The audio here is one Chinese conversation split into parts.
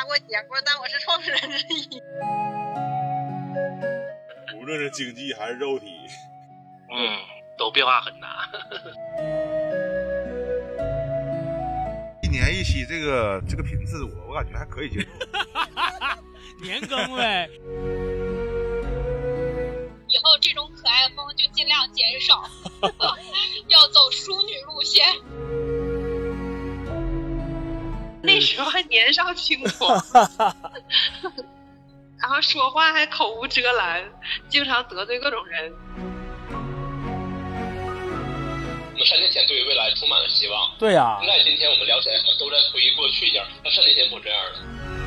加过节目，但我是创始人之一。 无论是经济还是肉体， 都变化很大。 一年一期这个频次，我感觉还可以接受。 年更呗。 以后这种可爱风就尽量减少，要走淑女路线。 那时候还年少轻狂，然后说话还口无遮拦，经常得罪各种人。 我们3年前对于未来充满了希望。 对呀、 应该今天我们聊起来都在回忆过去一样，那3年前不这样的。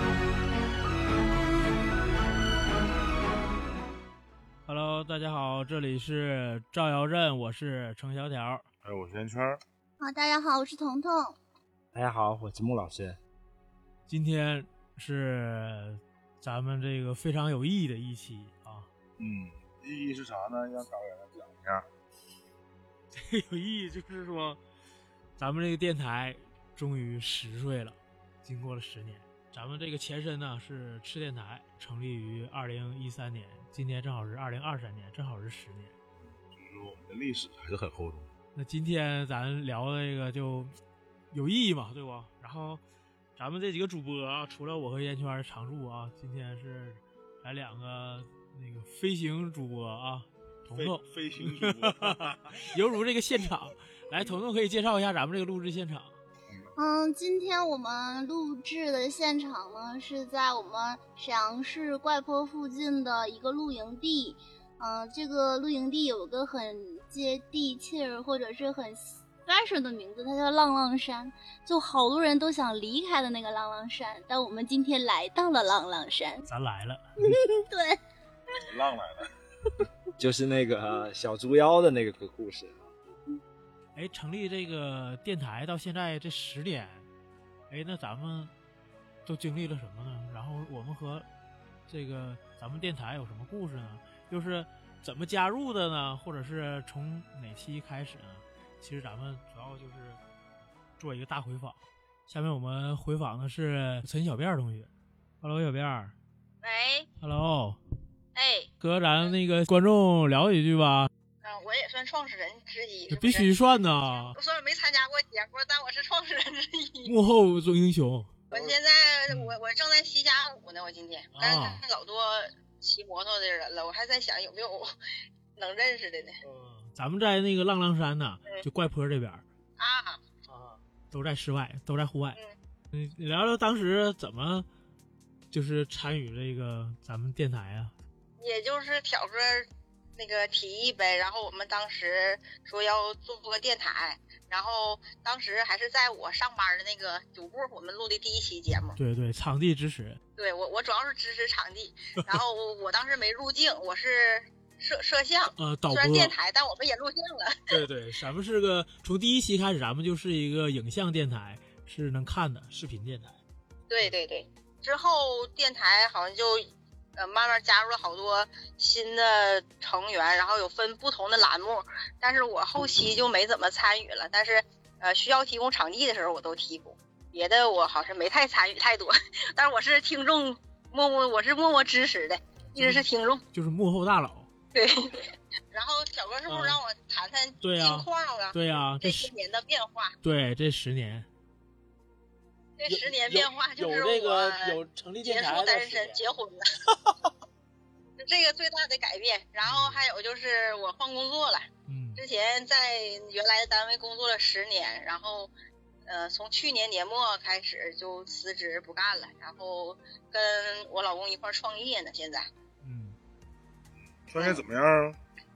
Hello， 大家好，这里是赵瑶镇，我是程小条。 我是圆圈。 好，大家好，我是彤彤。 大家好，我是穆老师。 今天是咱们这个非常有意义的一期啊。 意义是啥呢？让导演来讲一下。 这个有意义就是说，咱们这个电台终于10岁了，经过了10年。咱们这个前身呢是赤电台，成立于2013年，今年正好是2023年，正好是10年。 就是说我们的历史还是很厚重。 那今天咱聊的这个就有意义嘛，对不？然后咱们这几个主播啊，除了我和烟圈常驻啊，今天是来2个那个飞行主播啊，彤彤飞行主播， 犹如这个现场。来，彤彤可以介绍一下咱们这个录制现场。 今天我们录制的现场呢，是在我们沈阳市怪坡附近的一个露营地。这个露营地有个很接地气儿，或者是很fashion的名字，它叫浪浪山，就好多人都想离开的那个浪浪山，但我们今天来到了浪浪山。 咱来了。 对， 浪来了。 就是那个小猪妖的那个故事。 哎，成立这个电台到现在这10年，哎，那咱们都经历了什么呢？然后我们和这个咱们电台有什么故事呢？就是怎么加入的呢？或者是从哪期开始呢？其实咱们主要就是做一个大回访。下面我们回访的是陈小辫同学。Hello， 小辫。 喂。 Hello。 哎。 和咱那个观众聊几句吧。 我也算创始人之一。 必须算呐。 我虽然没参加过节目，但我是创始人之一。 幕后中英雄。 我现在我正在西家舞呢，我今天，但是看老多骑摩托的人了，我还在想有没有能认识的呢。 咱们在那个浪浪山呢，就怪坡这边都在室外，都在户外。你聊聊当时怎么就是参与这个咱们电台啊？ 也就是挑个那个提议呗，然后我们当时说要做个电台，然后当时还是在我上班的那个酒部，我们录的第1期节目。 对对，场地支持。 对，我主要是支持场地，然后我当时没入镜，我是摄像， 导播。 虽然电台，但我们也录像了。 对对，咱们是个从第1期开始，咱们就是一个影像电台，是能看的视频电台。 对对对，之后电台好像就慢慢加入了好多新的成员，然后有分不同的栏目，但是我后期就没怎么参与了。但是需要提供场地的时候我都提供，别的我好像没太参与太多。但是我是听众，我是默默支持的，一直是听众， 就是幕后大佬。 对。然后小哥是不是让我谈谈近况啊？ 对啊， 这10年的变化。 对，这10年。 这10年变化就是有成立电台结束单身结婚了。这个最大的改变。然后还有就是我换工作了。之前在原来的单位工作了10年，然后从去年年末开始就辞职不干了，然后跟我老公一块创业呢。现在创业怎么样啊？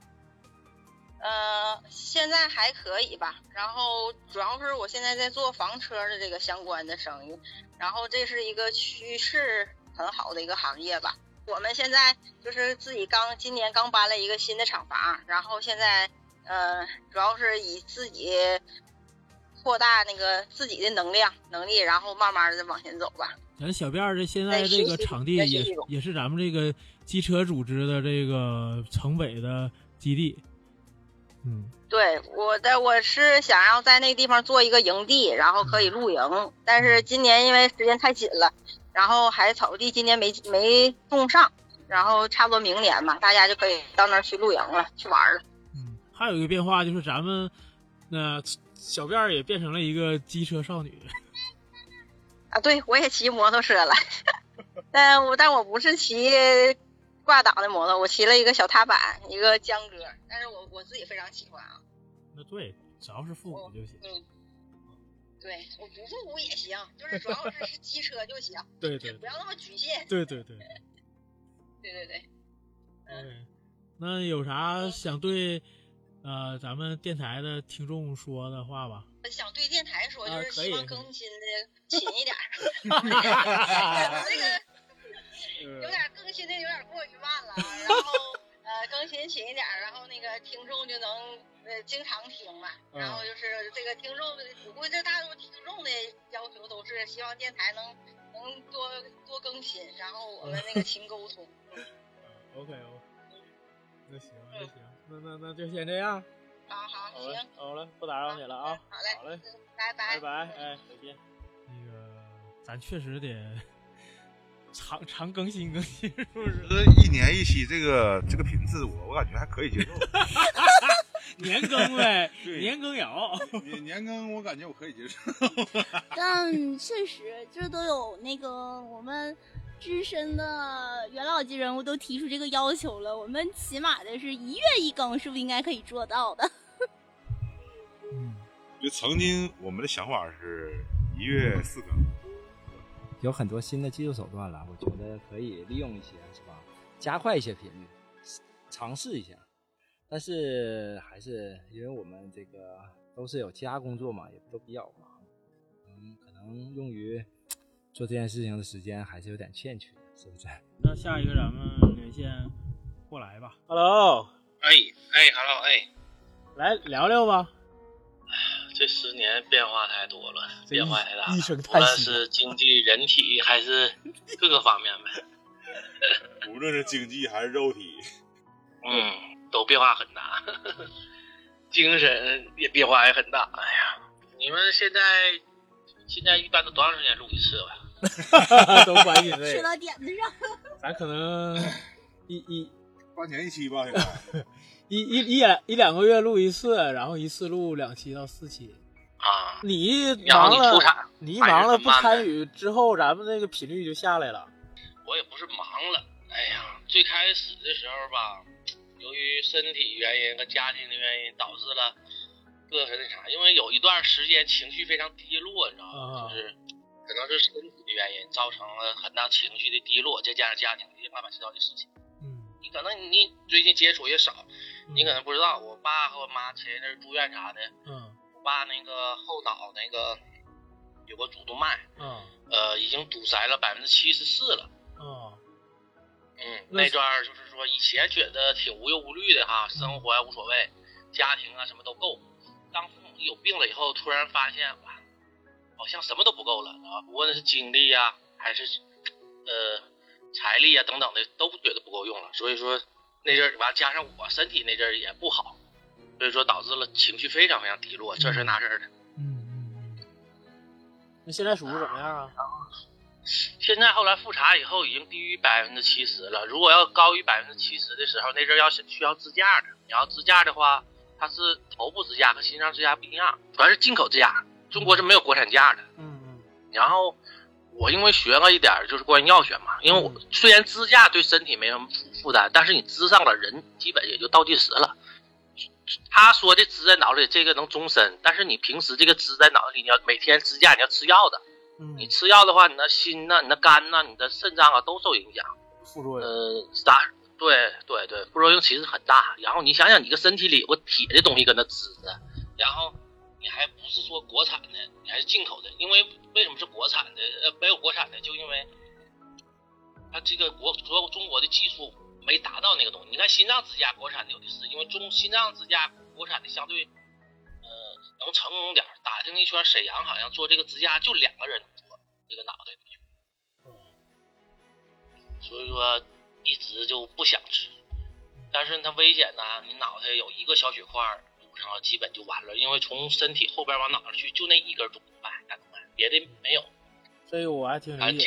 现在还可以吧，然后主要是我现在在做房车的这个相关的生意，然后这是一个趋势很好的一个行业吧。我们现在就是今年刚搬了一个新的厂房，然后现在主要是以自己扩大那个自己的能力，然后慢慢的往前走吧。 咱小辫的现在这个场地也是咱们这个机车组织的这个城北的基地。 对，我是想要在那个地方做一个营地，然后可以露营，但是今年因为时间太紧了， 然后海草地今年没种上，然后差不多明年吧，大家就可以到那儿去露营了，去玩了。 还有一个变化就是咱们小辫儿也变成了一个机车少女啊，对，我也骑摩托车了，但我不是骑挂档的摩托，我骑了一个小踏板，一个江歌，但是我自己非常喜欢啊。 那对，只要是复古就行。 对，我不复古也行，就是主要是机车就行。 对， 不要那么局限。 对。 对。 那有啥想对咱们电台的听众说的话吧？ 想对电台说，就是希望更新的勤一点。这个有点更新的有点过于慢了，然后更新勤一点，然后那个听众就能经常听嘛。然后就是这个听众，我估计这大多听众的要求都是希望电台能多更新，然后我们那个勤沟通。 OK， 那行，那就先这样。 好，行， 好了，不打扰你了啊。 好嘞，拜拜， 哎，再见。那个，咱确实得常更新，是不是？ 一年一期这个频次，我感觉还可以接受。 年更呗，年更有， 年更我感觉我可以接受。 但确实，这都有那个我们资深的元老级人物都提出这个要求了，我们起码的是1月1更，是不是应该可以做到的？ 就曾经我们的想法是1月4更， 有很多新的技术手段了，我觉得可以利用一些，是吧？加快一些频率，尝试一下。但是还是因为我们这个都是有其他工作嘛，也都比较忙，可能用于做这件事情的时间还是有点欠缺，是不是？ 那下一个咱们连线过来吧。Hello， Hello， 来聊聊吧。 这10年变化太多了，变化太大了， 一声无论是经济、人体还是各个方面呗。 无论是经济还是肉体， 都变化很大，精神也变化也很大。哎呀，你们现在一般都多长时间录一次吧？ 都关心这个， 说到点子上。 咱可能半年一期吧，现在一两个月录一次，然后一次录2期到4期。 啊， 你然后忙了， 你出产， 你忙了不参与之后，咱们这个频率就下来了。 我也不是忙了，哎呀，最开始的时候吧，由于身体原因和家庭的原因，导致了各个那啥，因为有一段时间情绪非常低落，你知道吗？就是可能是身体的原因造成了很大情绪的低落，再加上家庭的乱七八糟的事情。你可能你最近接触也少，你可能不知道，我爸和我妈前一阵住院啥的，我爸那个后脑那个有个主动脉，已经堵塞了74%了。那段就是说以前觉得挺无忧无虑的哈，生活也无所谓，家庭啊什么都够。当父母有病了以后，突然发现哇，好像什么都不够了啊！无论是精力呀，还是财力啊等等的，都觉得不够用了。所以说那阵儿完，加上我身体那阵儿也不好，所以说导致了情绪非常非常低落，这事那事的。 那现在属于怎么样啊？ 现在后来复查以后已经低于70%了。如果要高于70%的时候，那阵要需要支架的。你要支架的话，它是头部支架和心脏支架不一样，全是进口支架，中国是没有国产架的。然后我因为学了一点就是关于尿学嘛，因为我虽然支架对身体没什么负担，但是你支上了，人基本也就倒计时了。他说的支在脑里这个能终身，但是你平时这个支在脑里，你要每天支架，你要吃药的。你吃药的话，你的心呐、你的肝呐、你的肾脏啊都受影响。 副作用。 对，副作用其实很大。然后你想想，你个身体里有个铁的东西跟它支着，然后你还不是说国产的，你还是进口的。因为为什么是国产的？没有国产的，就因为它这个中国的技术没达到那个东西。你看心脏支架国产的有的是，因为心脏支架国产的相对能成功点。打听一圈，沈阳好像做这个支架就2个人做这个脑袋的，所以说一直就不想吃。但是它危险呐，你脑袋有一个小血块堵上了，基本就完了，因为从身体后边往脑上去就那一根主动脉，别的没有。 这个我还挺理解。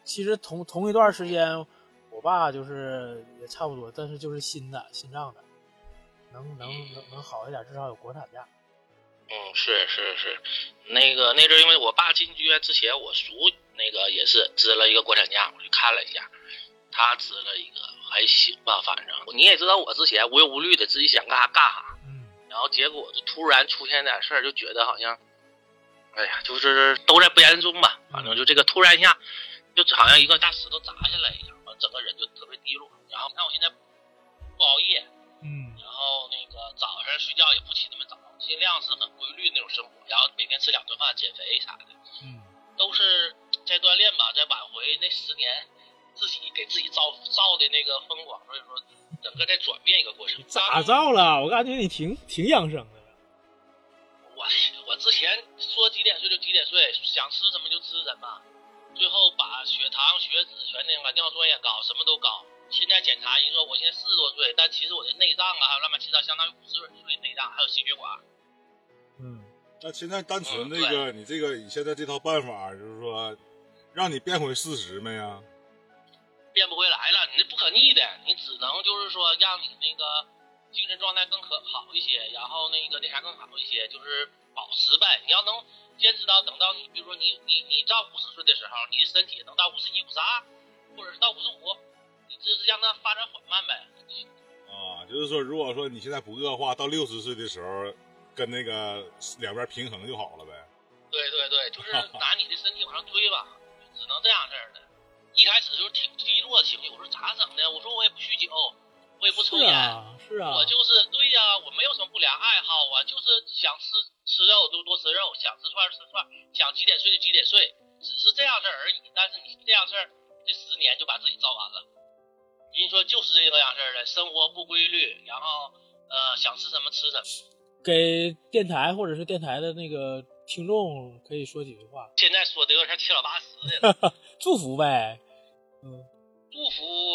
其实同一段时间，我爸就是也差不多，但是就是心脏的，能好一点，至少有国产价。 是，那阵因为我爸进剧院之前，我叔那个也是支了一个国产价，我去看了一下，他支了一个还行吧，反正你也知道我之前无忧无虑的自己想干啥干啥，然后结果就突然出现点事儿，就觉得好像，哎呀，就是都在不言中吧，反正就这个突然一下，就好像一个大石头砸下来一样，整个人就特别低落。然后你看我现在不熬夜，然后那个早上睡觉也不起那么早，尽量是很规律那种生活，然后每天吃2顿饭减肥啥的，都是在锻炼吧，在挽回那10年自己给自己造的那个风光，所以说整个在转变一个过程。 咋造了？我感觉你挺养生的。 我之前说几点睡就几点睡，想吃什么就吃什么，最后把血糖、血脂全那个尿酸也高，什么都高。现在检查一说，我现在40多岁，但其实我的内脏啊，还有乱七八糟，相当于50岁内脏，还有心血管。 那现在单纯那个你现在这套办法，就是说让你变回40没呀？ 变不回来了，你那不可逆的，你只能就是说让你那个精神状态更好一些，然后那个啥更好一些，就是保持呗。你要能坚持到等到你，比如说你到50岁的时候，你的身体能到51、52，或者是到55，你就是让它发展缓慢呗。 就是说，如果说你现在不恶化，到60岁的时候，跟那个两边平衡就好了呗。 对，就是拿你的身体往上推吧，只能这样式的。一开始就是挺低落的情绪，我说咋整的？我说我也不酗酒，我也不抽烟， 是啊， 我就是对呀，我没有什么不良爱好啊，就是想吃肉就多吃肉，想吃串吃串，想几点睡就几点睡，只是这样事儿而已。但是你这样事儿，这10年就把自己造完了。人说就是这个样事儿的，生活不规律，然后想吃什么吃什么。 给电台或者是电台的那个听众可以说几句话。 现在说的有点七老八十的了， 祝福呗。 祝福。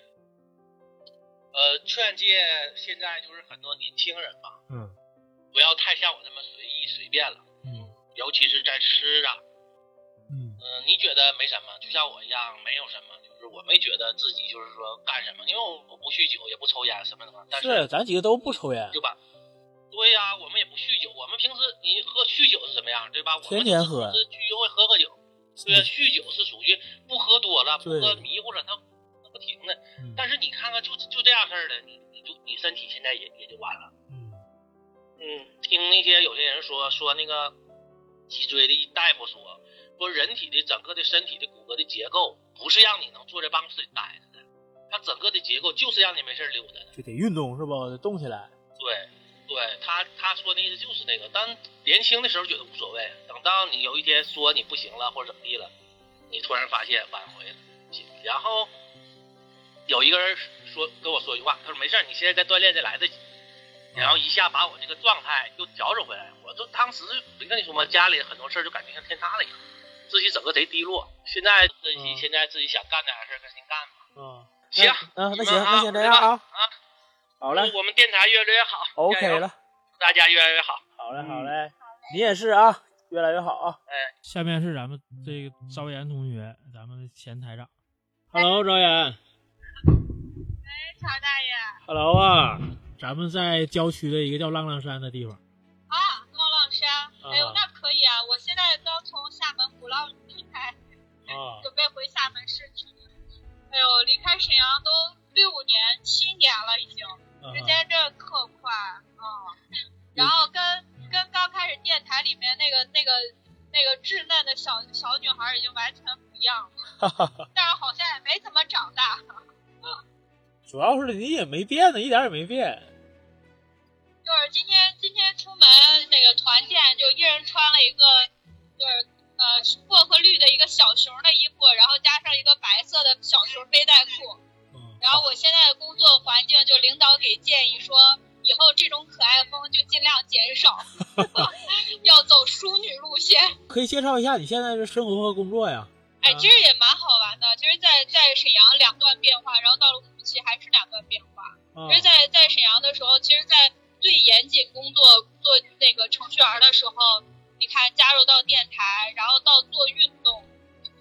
劝诫现在就是很多年轻人吧，不要太像我这么随意随便了，尤其是在吃上，你觉得没什么，就像我一样没有什么，就是我没觉得自己就是说干什么，因为我不酗酒也不抽烟什么的嘛，但是咱几个都不抽烟， 对吧？对呀，我们也不酗酒，我们平时你酗酒是什么样，对吧？ 天天喝， 我们是聚会喝酒，对啊，酗酒是属于不喝多了，不喝迷糊了，他不停的。但是你看看，就这样式儿的，你身体现在也就完了。听那些有些人说那个脊椎的大夫说人体的整个的身体的骨骼的结构不是让你能坐在办公室里待着的，它整个的结构就是让你没事溜达， 就得运动是吧？得动起来。 对，他说的意思就是那个，但年轻的时候觉得无所谓，等到你有一天说你不行了或者怎么地了，你突然发现挽回了。然后有一个人跟我说一句话，他说没事，你现在在锻炼这来得及，然后一下把我这个状态又调整回来。我就当时没跟你说嘛，家里很多事就感觉像天塌了一样，自己整个贼低落。现在自己想干点事跟谁干嘛。行， 那行这样啊。好嘞， 我们电台越来越好 ，OK 了， 大家越来越好。 好嘞，你也是啊，越来越好啊。下面是咱们这个赵岩同学，咱们的前台长。Hello， 赵岩。 曹大爷。 Hello 啊，咱们在郊区的一个叫浪浪山的地方。 浪浪山，哎呦，那可以啊！我现在刚从厦门鼓浪离开，准备回厦门市区。哎呦，离开沈阳都6年、7年了已经。时间真的特快然后跟刚开始电台里面那个稚嫩的小女孩已经完全不一样了，但是好像也没怎么长大。 主要是你也没变呢，一点也没变。 就是今天出门那个团建，就一人穿了一个就是薄荷绿的一个小熊的衣服，然后加上一个白色的小熊背带裤。然后我现在的工作环境，就领导给建议说，以后这种可爱风就尽量减少，要走淑女路线。 可以介绍一下你现在的生活和工作呀？ 其实也蛮好玩的。其实在沈阳2段变化，然后到了无锡还是2段变化。其实在沈阳的时候，其实在最严谨工作做那个程序员的时候，你看加入到电台，然后到做运动，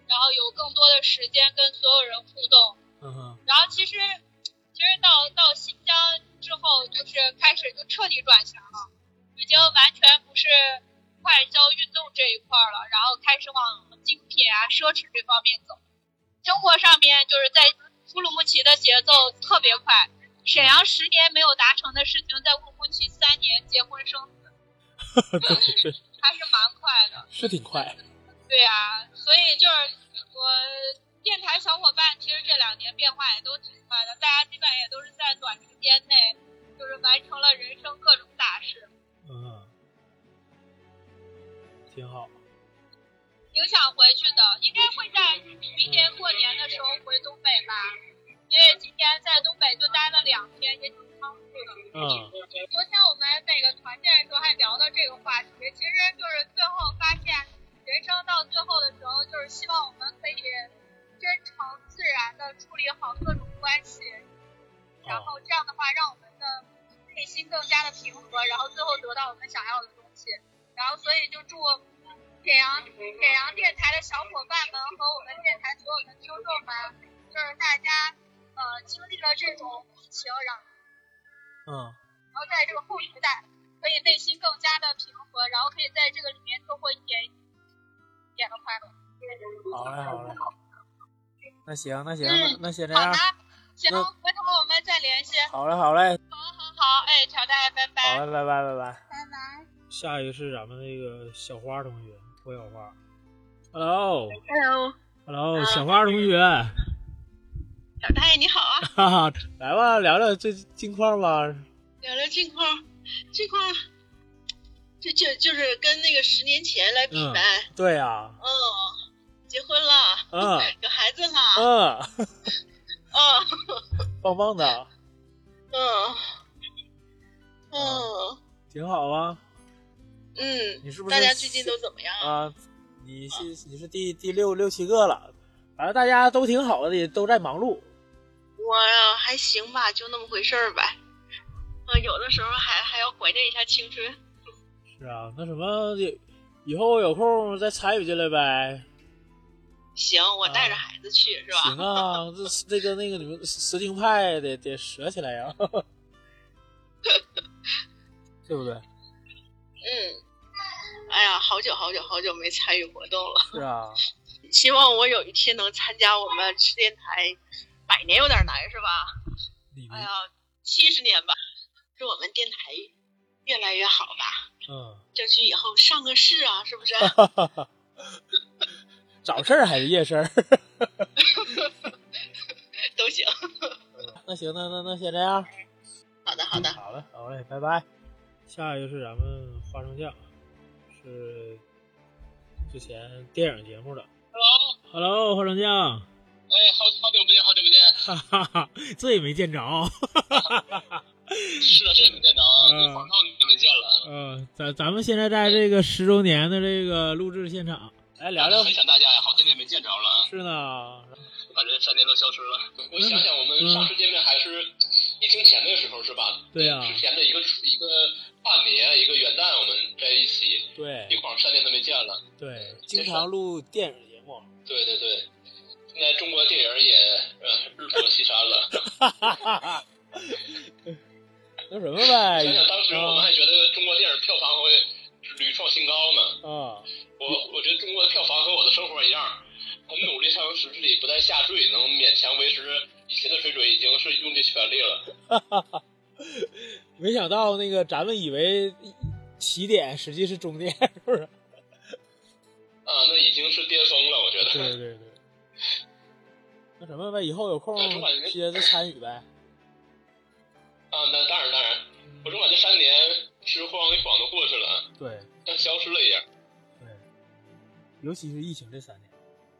然后有更多的时间跟所有人互动。然后其实到新疆之后，就是开始就彻底转型了，已经完全不是快消运动这一块了，然后开始往精品啊、奢侈这方面走。生活上面就是在乌鲁木齐的节奏特别快，沈阳10年没有达成的事情，在乌鲁木齐3年结婚生子，还是蛮快的， 是挺快。 对呀，所以就是我电台小伙伴，其实这2年变化也都挺快的，大家基本也都是在短时间内，就是完成了人生各种大事。 挺好。 挺想回去的，应该会在明年过年的时候回东北吧，因为今年在东北就待了2天，也挺仓促的。昨天我们那个团建的时候还聊到这个话题，其实就是最后发现，人生到最后的时候，就是希望我们可以真诚自然的处理好各种关系，然后这样的话让我们的内心更加的平和，然后最后得到我们想要的东西。然后所以就祝沈阳电台的小伙伴们和我们电台所有的听众们，就是大家经历了这种疫情，然后在这个后时代可以内心更加的平和，然后可以在这个里面收获一点的快乐。 好嘞。那行，那先这样。 好的，行，回头我们再联系。 好嘞。 好，哎，乔大爷，拜拜。 好嘞，拜拜。 拜拜。 下一个是咱们那个小花同学，郭小花。Hello，小花同学。 小大爷你好啊！ 哈哈，来吧，聊聊这近况吧。 聊聊近况，就是跟那个10年前来比呗。 对呀。 结婚了。有孩子了。 棒棒的。挺好啊。你是不是？ 大家最近都怎么样啊？你是第6、7个了，反正大家都挺好的，都在忙碌。 我呀还行吧，就那么回事儿呗。有的时候还要怀念一下青春。 是啊，那什么，以后有空再参与进来呗。 行，我带着孩子去，是吧？ 行啊，这个你们实听派得舍起来呀，对不对？ 哎呀，好久没参与活动了。 是啊。 希望我有一天能参加我们吃电台100年有点难，是吧？哎呀，70年吧，祝我们电台越来越好吧。争取以后上个市啊，是不是？ 早市还是夜市？ 都行。 那行，那先这样。 好的。 好嘞，拜拜。下一个是咱们花生酱，是之前电影节目的。Hello， 花生酱。 好久不见。 哈哈，这也没见着。 是啊，这也没见着啊。广告也没见了。 咱们现在在这个10周年的这个录制现场，来聊聊。 很想大家呀，好些年没见着了啊。 是呢。 反正3年都消失了。我想想，我们上次见面还是疫情前的时候，是吧？ 对呀。 之前的一个半年，一个元旦，我们在一起。 对。 一晃3年都没见了。 对，经常录电影节目。 对。现在中国电影也日薄西山了。 那什么呗？ 想想当时我们还觉得中国电影票房会屡创新高呢。我觉得中国的票房和我的生活一样，很努力上实力，不但下坠，能勉强维持以前的水准，已经是用尽全力了。 没想到那个咱们以为起点实际是终点，是不是？ 那已经是巅峰了，我觉得。 对。那什么呗，以后有空接着参与呗。 那当然，我总感觉3年时晃一晃都过去了， 对， 像消失了一样。 对，尤其是疫情这3年。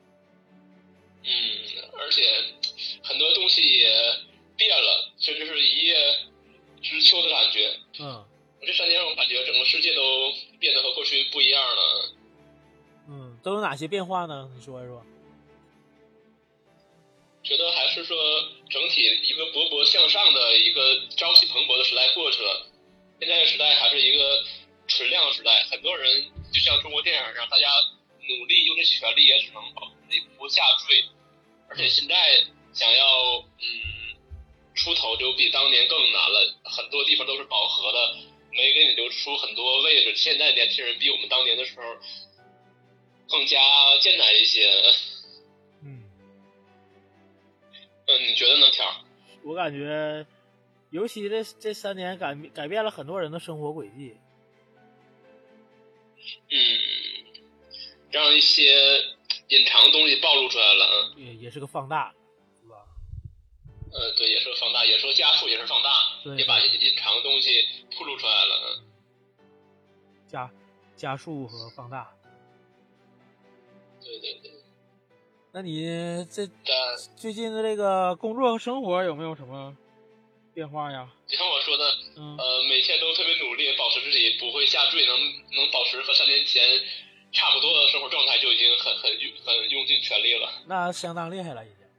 而且很多东西也变了，甚至是一叶知秋的感觉。这3年我感觉整个世界都变得和过去不一样了。 都有哪些变化呢？你说一说。 觉得还是说整体一个勃勃向上的一个朝气蓬勃的时代过去了，现在的时代还是一个存量时代，很多人就像中国电影让大家努力用尽全力也只能不下坠，而且现在想要出头就比当年更难了，很多地方都是饱和的，没给你留出很多位置。现在年轻人比我们当年的时候更加艰难一些。你觉得呢，条？ 我感觉，尤其这3年改变了很多人的生活轨迹。 让一些隐藏的东西暴露出来了。 也是个放大，是吧？ 对，也是个放大，也是个加速，也是放大，也把一些隐藏的东西暴露出来了。 加速和放大。 对对对。 那你最近的这个工作和生活有没有什么变化呀？ 就像我说的，每天都特别努力，保持自己不会下坠，能保持和3年前差不多的生活状态，就已经很用尽全力了。 那相当厉害了，已经。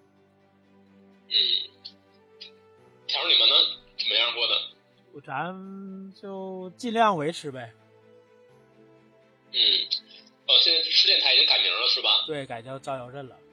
条你们呢？怎么样过的？ 咱就尽量维持呗。 现在市电台已经改名了是吧？ 对，改叫招摇镇了。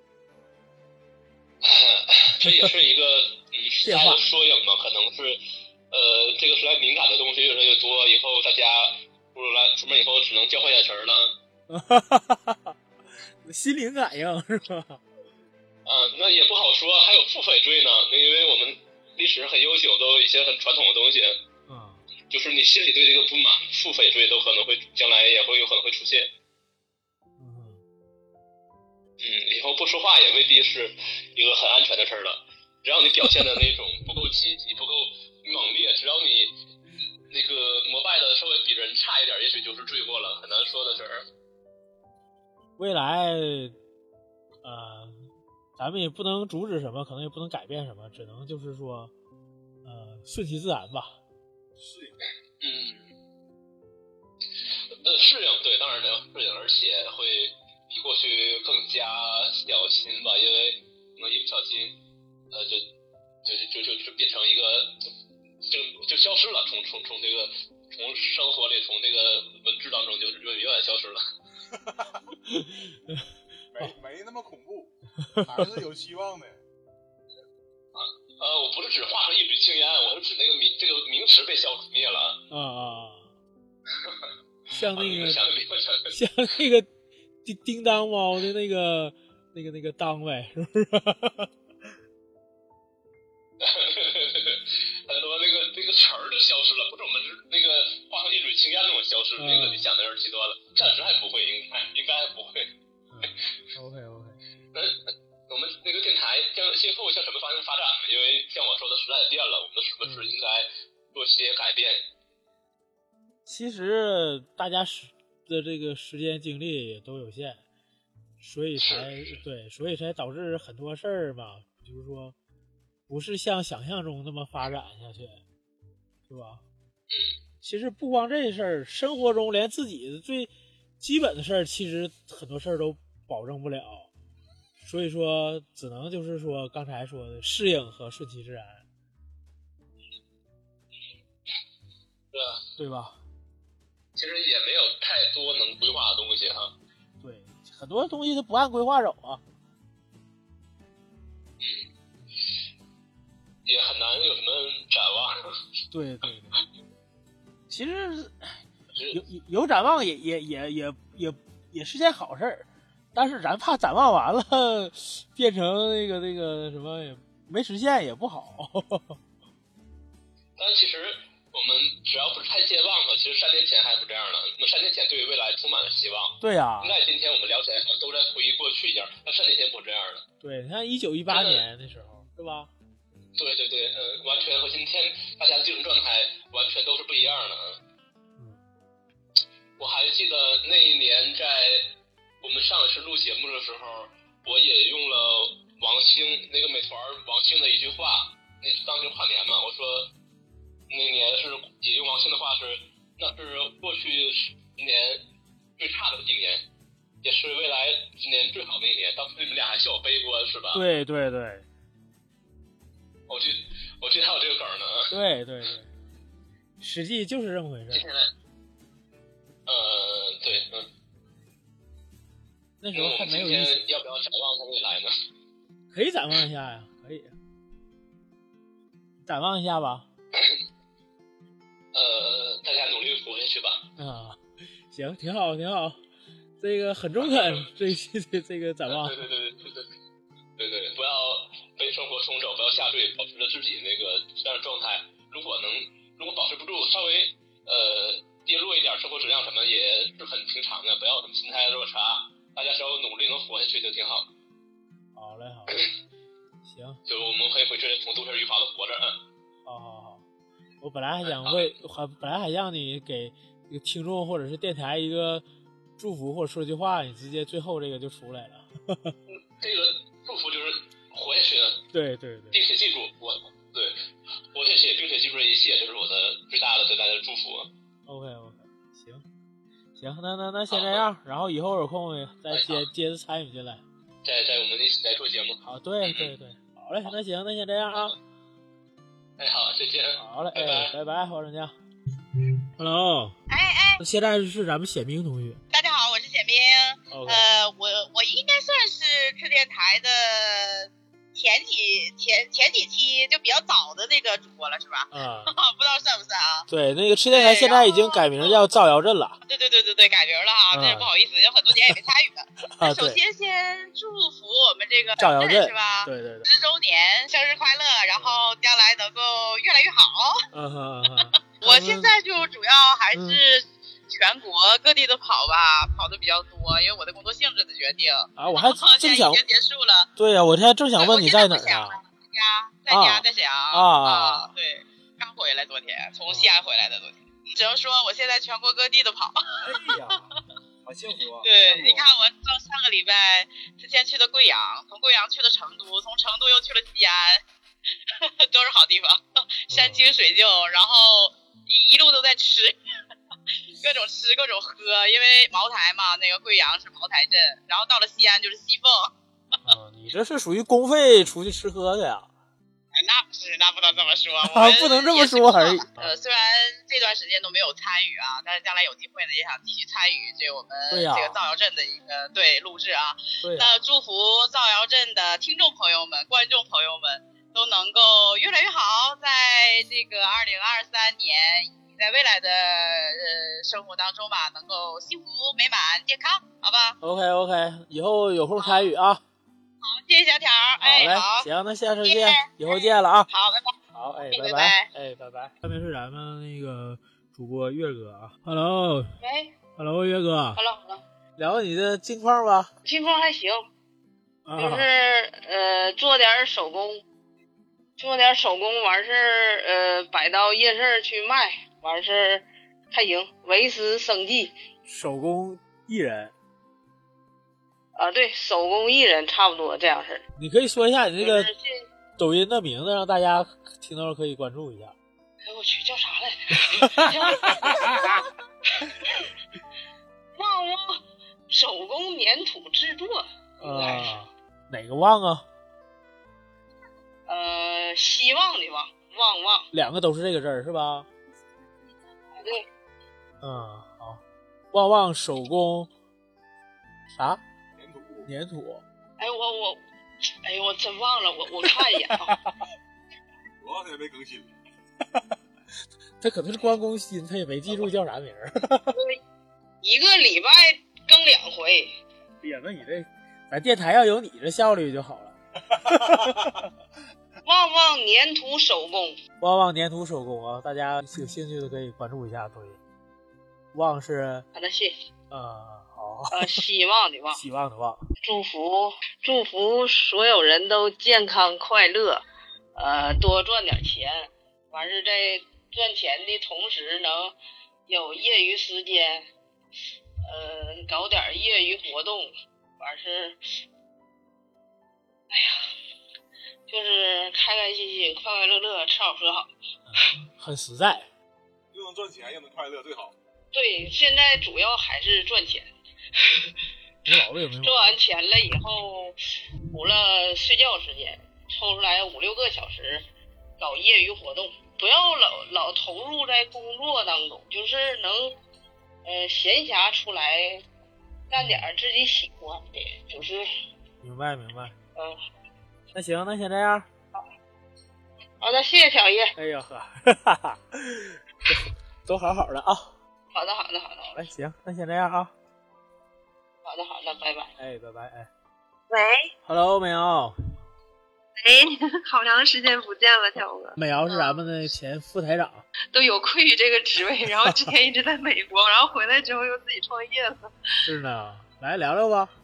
这也是一个时代的缩影嘛，可能是这个时代敏感的东西越来越多，以后大家不如来出门以后只能叫坏眼神了。 心灵感应是吧？ 那也不好说，还有腹诽罪呢。因为我们历史很悠久，都有一些很传统的东西。就是你心里对这个不满，腹诽罪都可能会将来也会有可能会出现。以后不说话也未必是一个很安全的事了。只要你表现的那种不够积极、不够猛烈，只要你那个膜拜的稍微比人差一点，也许就是罪过了，很难说的事儿。 未来，咱们也不能阻止什么，可能也不能改变什么，只能就是说，顺其自然吧。 适应。 适应，对，当然要适应，而且会比过去更加小心吧，因为可能一不小心，就变成一个，就消失了，从这个从生活里，从这个文字当中就永远消失了。 没那么恐怖，还是有希望的。 我不是指化成一缕青烟，我是指这个名词被消灭了。 像那个叮当猫的那个当呗，是不是？ 很多那个词儿就消失了，不是我们那个化成一缕青烟那种消失，那个你想的有点极端了，暂时还不会，应该还不会。 OK。 那我们那个电台今后向什么方向发展呢？因为像我说的时代也变了，我们是不是应该做些改变？ 其实大家的这个时间精力也都有限，所以才导致很多事儿嘛，就是说不是像想象中那么发展下去，是吧？其实不光这事儿，生活中连自己的最基本的事儿，其实很多事儿都保证不了，所以说只能就是说刚才说的适应和顺其自然，对吧？ 其实也没有太多能规划的东西哈。 对，很多东西都不按规划走啊。 也很难有什么展望。 对，其实有展望也是件好事儿，但是咱怕展望完了变成那个什么也没实现也不好。 但其实我们只要不是太健忘的，其实3年前还不这样的。那么3年前对于未来充满了希望。 对呀。 应该今天我们聊起来都在回忆过去一样，但3年前不这样的。 对，你看1918年那时候，对吧？ 对，完全和今天大家的精神状态完全都是不一样的。我还记得那一年在我们上一次录节目的时候，我也用了王兴那个美团王兴的一句话，那当时跨年嘛，我说那年是引用王兴的话是，那是过去10年最差的一年，也是未来10年最好的一年。当时你们俩还笑我悲观是吧？ 对。 我记得还有这个梗呢。 对，实际就是这么回事。 对。 那时候还没有疫情。 要不要展望他未来呢？ 可以展望一下呀，可以展望一下吧。 大家努力活下去吧。 啊，行，挺好，挺好，这个很中肯，这个展望。 对，不要被生活冲走，不要下坠，保持着自己那个这样的状态。如果保持不住，稍微跌落一点，生活质量什么也是很平常的，不要什么心态落差。大家只要努力能活下去就挺好。 好嘞，行， 就我们可以回去从度日愈发的活着。 好，我本来还想问，本来还让你给听众或者是电台一个祝福或者说句话，你直接最后这个就出来了。 这个祝福就是活下去， 对， 并且记住活下去，并且记住这一切，这是我的最大的祝福。 OK， 行，那先这样，然后以后有空再接着参与进来。 在我们一起来做节目。 好，对，好嘞，那行，那先这样啊。 好，再见。 好嘞，拜拜，黄专家。 嗯 Hello。现在是咱们显明同学。 大家好，我是显明。我应该算是吃电台的前几期就比较早的那个主播了，是吧？不知道算不算啊？ 对，那个吃电台现在已经改名叫造谣镇了。 对，改名了哈，真是不好意思，有很多年也没参与了。首先祝福我们这个造谣镇是吧？ 对 10周年，生日快乐，然后将来能够越来越好。我现在就主要还是全国各地的跑吧，跑的比较多，因为我的工作性质的决定。 我还正想已经结束了。 对呀，我现在正想问你在哪儿啊？ 在沈阳对，刚回来，昨天从西安回来的，昨天。只能说我现在全国各地的跑。 哎呀，好幸福啊！ 对，你看我上个礼拜之前去的贵阳，从贵阳去了成都，从成都又去了西安，都是好地方，山清水秀，然后一路都在吃，各种吃各种喝，因为茅台嘛，那个贵阳是茅台镇，然后到了西安就是西凤。 你这是属于公费出去吃喝的呀？ 那不能这么说， 不能这么说而已。 虽然这段时间都没有参与啊，但是将来有机会呢，也想继续参与我们这个造谣镇的一个录制啊。那祝福造谣镇的听众朋友们、观众朋友们都能够越来越好，在这个2023年以及在未来的生活当中吧，能够幸福美满、健康，好吧 ？OK， 以后有空参与啊。 好，谢谢小条。 好，行，那下次见，以后见了啊。 好，拜拜。 好，拜拜。拜拜。下面是咱们那个主播月哥啊 ，Hello。 喂。 Hello， 月哥。 Hello。 聊聊你的近况吧。 近况还行，就是做点手工，完事摆到夜市去卖，完事还行，维持生计。 手工艺人。 对，手工艺人差不多这样式。 你可以说一下你这个抖音的名字，让大家听到可以关注一下。 我去，叫啥来着？旺手工粘土制作。 哪个旺啊？ 希望的旺，旺。 两个都是这个字儿是吧？ 对。 好。旺手工啥？粘土。 我真忘了，我看一眼啊。 多少天没更新了？ 他可能是光更新，他也没记住叫啥名儿。 一个礼拜更2回。 哎呀，那你这咱电台要有你这效率就好了。 旺粘土手工。 旺粘土手工啊，大家有兴趣的可以关注一下抖音。旺是。好的，谢谢。好。 希望的旺。 希望的旺。 祝福所有人都健康快乐，多赚点钱，完事在赚钱的同时能有业余时间，搞点业余活动，完事，就是开开心心、快快乐乐、吃好喝好。 很实在， 又能赚钱又能快乐最好。 对，现在主要还是赚钱。 没毛病。 赚完钱了以后，除了睡觉时间，抽出来5-6个小时搞业余活动，不要老投入在工作当中，就是能闲暇出来干点自己喜欢的，就是明白。那行，那先这样。 好的，谢谢小叶。 哎呀呵，都好好的啊。 好的。 哎，行，那先这样啊。 好的，拜拜。 哎，拜拜。哎， 喂 ，Hello， 美瑶。 喂，好长时间不见了，条哥。 美瑶是咱们的前副台长， 都有愧于这个职位，然后之前一直在美国，然后回来之后又自己创业了。 是呢，来聊聊吧。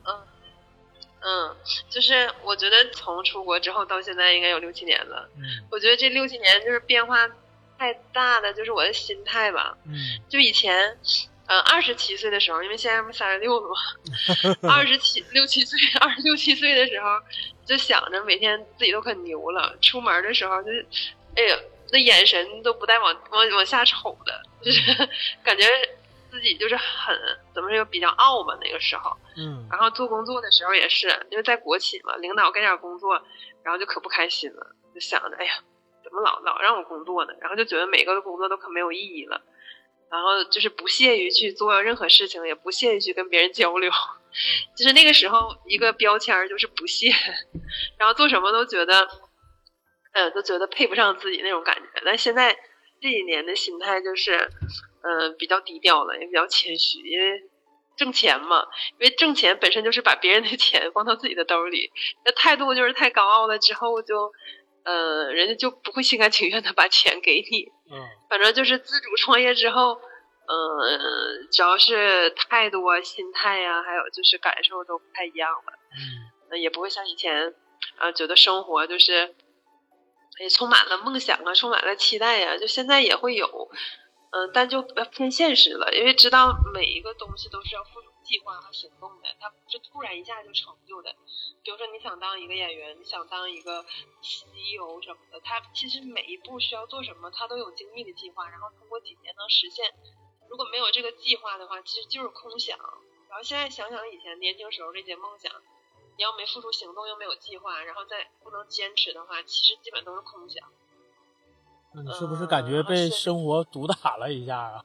就是我觉得从出国之后到现在应该有6-7年了。我觉得这6-7年就是变化太大的，就是我的心态吧。就以前27岁的时候，因为现在不36了嘛，26-27岁的时候就想着每天自己都可牛了，出门的时候就是哎呀那眼神都不带往下瞅的，就是感觉自己就是很怎么说比较傲吧那个时候。然后做工作的时候也是，因为在国企嘛，领导给点工作，然后就可不开心了，就想着哎呀怎么老让我工作呢，然后就觉得每个工作都可没有意义了，然后就是不屑于去做任何事情，也不屑于去跟别人交流，就是那个时候一个标签就是不屑，然后做什么都觉得配不上自己那种感觉。但现在这几年的心态就是比较低调了，也比较谦虚，因为挣钱嘛，因为挣钱本身就是把别人的钱放到自己的兜里，那态度就是太高傲了，之后就人家就不会心甘情愿的把钱给你。反正就是自主创业之后只要是态度啊心态啊还有就是感受都不太一样了。也不会像以前觉得生活就是也充满了梦想啊，充满了期待啊，就现在也会有但就偏现实了，因为知道每一个东西都是要付出计划和行动的，它不是突然一下就成就的。比如说你想当一个演员，你想当一个 CEO 什么的，它其实每一步需要做什么它都有精密的计划，然后通过几年能实现。如果没有这个计划的话，其实就是空想。然后现在想想以前年轻时候这些梦想，你要没付出行动又没有计划，然后再不能坚持的话，其实基本都是空想。 那你是不是感觉被生活毒打了一下啊？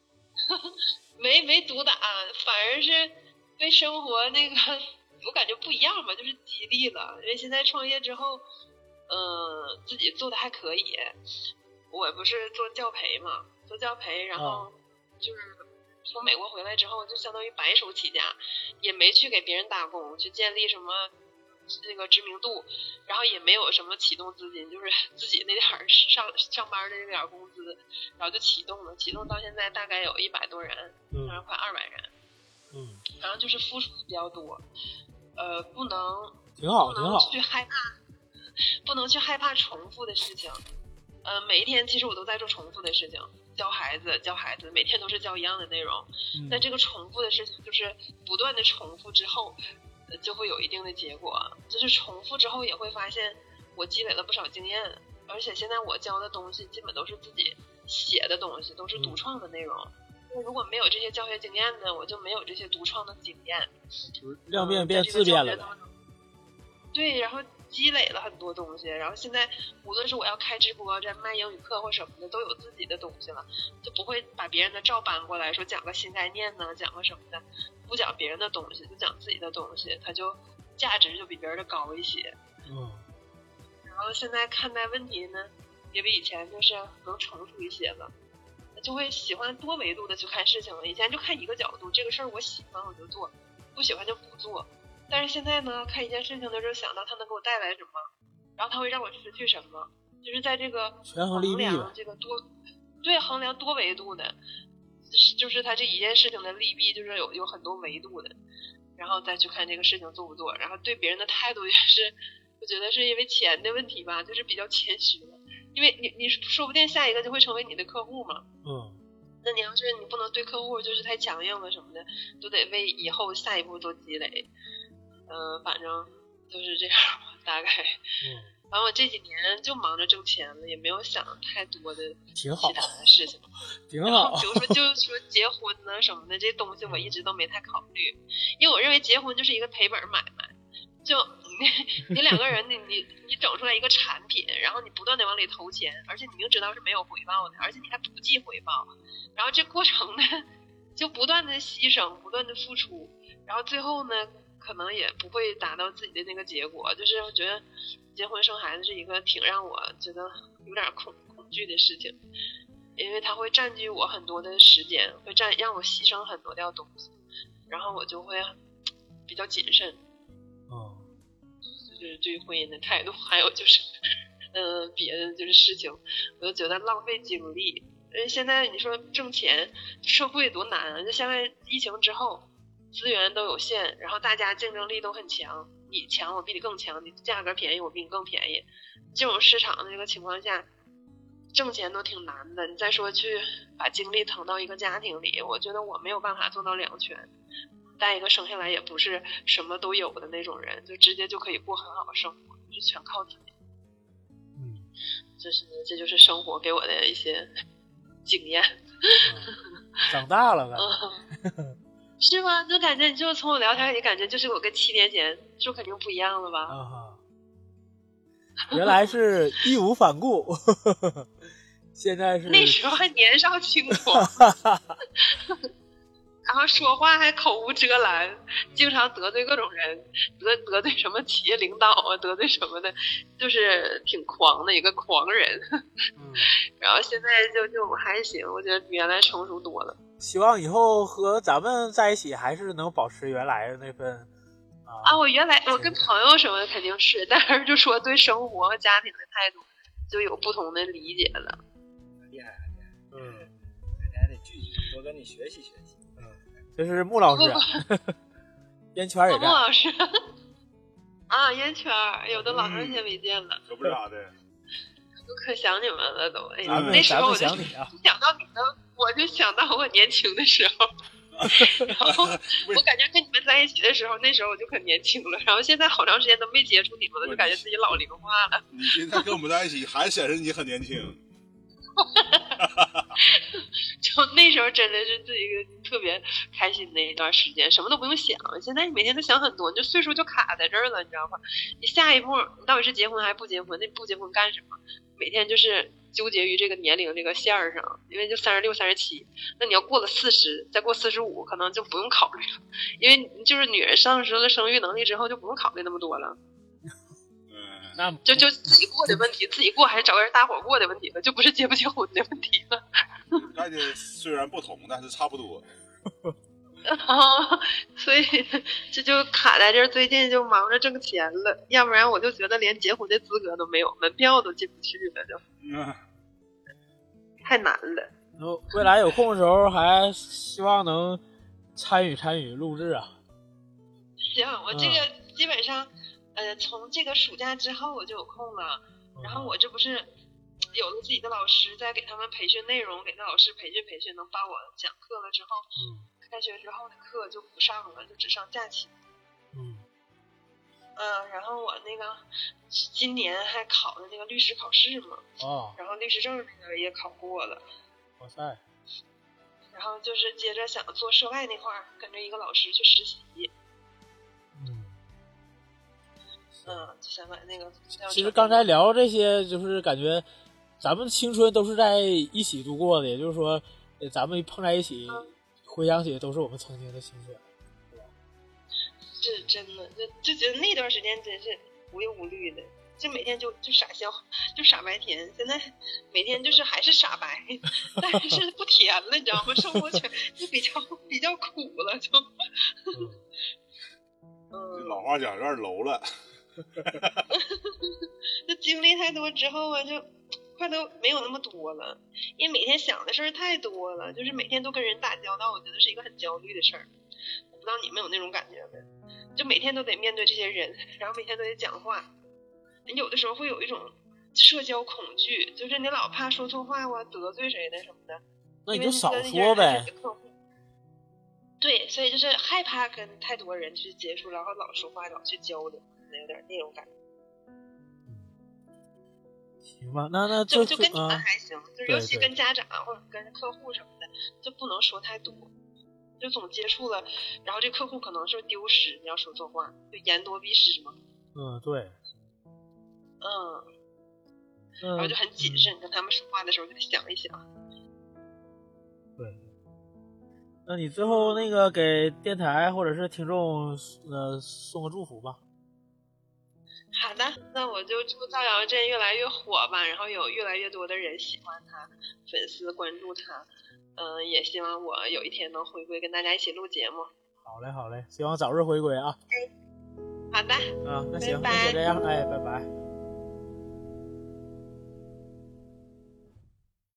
没毒打，反而是被生活那个我感觉不一样吧，就是激励了。因为现在创业之后自己做的还可以，我不是做教培嘛，然后就是从美国回来之后就相当于白手起家，也没去给别人打工去建立什么那个知名度，然后也没有什么启动资金，就是自己那点上班的那点工资，然后就启动到现在大概有100多人，快200人。然后就是付出比较多，不能去害怕，不能去害怕重复的事情。每一天其实我都在做重复的事情，教孩子，每天都是教一样的内容。但这个重复的事情就是不断的重复之后就会有一定的结果，就是重复之后也会发现我积累了不少经验，而且现在我教的东西基本都是自己写的东西，都是独创的内容。如果没有这些教学经验呢，我就没有这些独创的经验， 量变变质变了。 对，然后积累了很多东西，然后现在无论是我要开直播在卖英语课或什么的，都有自己的东西了，就不会把别人的照搬过来说讲个新概念呢，讲个什么的，不讲别人的东西，就讲自己的东西，它就价值就比别人的高一些。然后现在看待问题呢也比以前就是能成熟一些了，就会喜欢多维度的去看事情了。以前就看一个角度，这个事儿我喜欢我就做，不喜欢就不做。但是现在呢，看一件事情的时候想到它能给我带来什么，然后它会让我失去什么，就是在这个衡量这个衡量多维度的，就是它这一件事情的利弊就是有很多维度的，然后再去看这个事情做不做。然后对别人的态度也是，我觉得是因为钱的问题吧，就是比较谦虚了，因为你说不定下一个就会成为你的客户嘛。那你要是你不能对客户就是太强硬了什么的，都得为以后下一步做积累。反正就是这样吧，大概。反正我这几年就忙着挣钱了，也没有想太多的其他的事情。 挺好。 比如说，就是说结婚呢什么的，这东西我一直都没太考虑，因为我认为结婚就是一个赔本买卖。就你两个人，你整出来一个产品，然后你不断的往里投钱，而且你明知道是没有回报的，而且你还不计回报，然后这过程呢就不断的牺牲，不断的付出。 然后最后呢，可能也不会达到自己的那个结果。就是我觉得结婚生孩子是一个挺让我觉得有点恐惧的事情，因为它会占据我很多的时间，会让我牺牲很多的东西，然后我就会比较谨慎。就是对婚姻的态度，还有就是别的就是事情，我就觉得浪费精力。现在你说挣钱，社会多难啊！就现在疫情之后，资源都有限，然后大家竞争力都很强，你强我比你更强，你价格便宜我比你更便宜，这种市场的这个情况下，挣钱都挺难的。你再说去把精力腾到一个家庭里，我觉得我没有办法做到两全。带一个生下来也不是什么都有的那种人，就直接就可以过很好的生活，就是全靠自己。这就是生活给我的一些经验。 长大了呗。 是吗？就感觉你就从我聊天里感觉就是我跟7年前就肯定不一样了吧？ 原来是义无反顾。现在是那时候还年少轻狂。然后说话还口无遮拦，经常得罪各种人，得罪什么企业领导啊，得罪什么的，就是挺狂的一个狂人。然后现在就还行，我觉得比原来成熟多了。 希望以后和咱们在一起还是能保持原来的那份我原来我跟朋友什么的肯定是，但是就说对生活和家庭的态度就有不同的理解了。 厉害。大家得聚聚，多跟你学习学习。 这是穆老师烟圈也穆老师烟圈有的老长时间没见了， 可不咋的， 我可想你们了都。 那时候我就想你啊， 想到你们，我就想到我年轻的时候。然后我感觉跟你们在一起的时候，那时候我就很年轻了，然后现在好长时间都没接触你们了，就感觉自己老龄化了。 你现在跟我们在一起还显示你很年轻。 就那时候真的是自己一个特别开心的一段时间，什么都不用想。现在你每天都想很多，你就岁数就卡在这儿了，你知道吧？你下一步你到底是结婚还是不结婚？那不结婚干什么？每天就是纠结于这个年龄这个线儿上，因为就36、37，那你要过了40，再过45，可能就不用考虑了，因为就是女人丧失了生育能力之后，就不用考虑那么多了。 那就自己过的问题，自己过还是找个人搭伙过的问题了，就不是结不结婚的问题了。 概念虽然不同，但是差不多。 所以这就卡在这儿，最近就忙着挣钱了，要不然我就觉得连结婚的资格都没有，门票都进不去了，就太难了。 未来有空的时候，还希望能参与录制啊。 行，我这个基本上。从这个暑假之后我就有空了，然后我这不是有了自己的老师，在给他们培训内容，给那老师培训，能帮我讲课了之后，开学之后的课就不上了，就只上假期。然后我那个今年还考的那个律师考试嘛，然后律师证那个也考过了。 哇塞！ 然后就是接着想做涉外那块儿，跟着一个老师去实习。就想把那个。 其实刚才聊这些，就是感觉咱们青春都是在一起度过的，也就是说，咱们碰在一起，回想起都是我们曾经的青春，对吧？ 是真的，就觉得那段时间真是无忧无虑的，就每天就傻笑，就傻白甜。现在每天就是还是傻白，但是不甜了，你知道吗？生活圈就比较苦了，就。 这老话讲有点楼了。 就经历太多之后啊，就快都没有那么多了，因为每天想的事儿太多了，就是每天都跟人打交道，我觉得是一个很焦虑的事儿。我不知道你们有那种感觉没？就每天都得面对这些人，然后每天都得讲话，你有的时候会有一种社交恐惧，就是你老怕说错话啊，得罪谁的什么的。 那你就少说呗。 对，所以就是害怕跟太多人去接触，然后老说话，老去交流，有点那种感觉。 行吧，那就跟你们还行，就是尤其跟家长或者跟客户什么的，就不能说太多，就总接触了，然后这客户可能是丢失，你要说错话，就言多必失嘛。 对。 然后就很谨慎，跟他们说话的时候就得想一想。 对。 那你最后那个给电台或者是听众送个祝福吧。 好的，那我就祝造谣镇越来越火吧，然后有越来越多的人喜欢他，粉丝关注他。也希望我有一天能回归跟大家一起录节目。 好嘞，好嘞，希望早日回归啊。 好的。 啊，那行， 拜拜。 那就这样，哎，拜拜。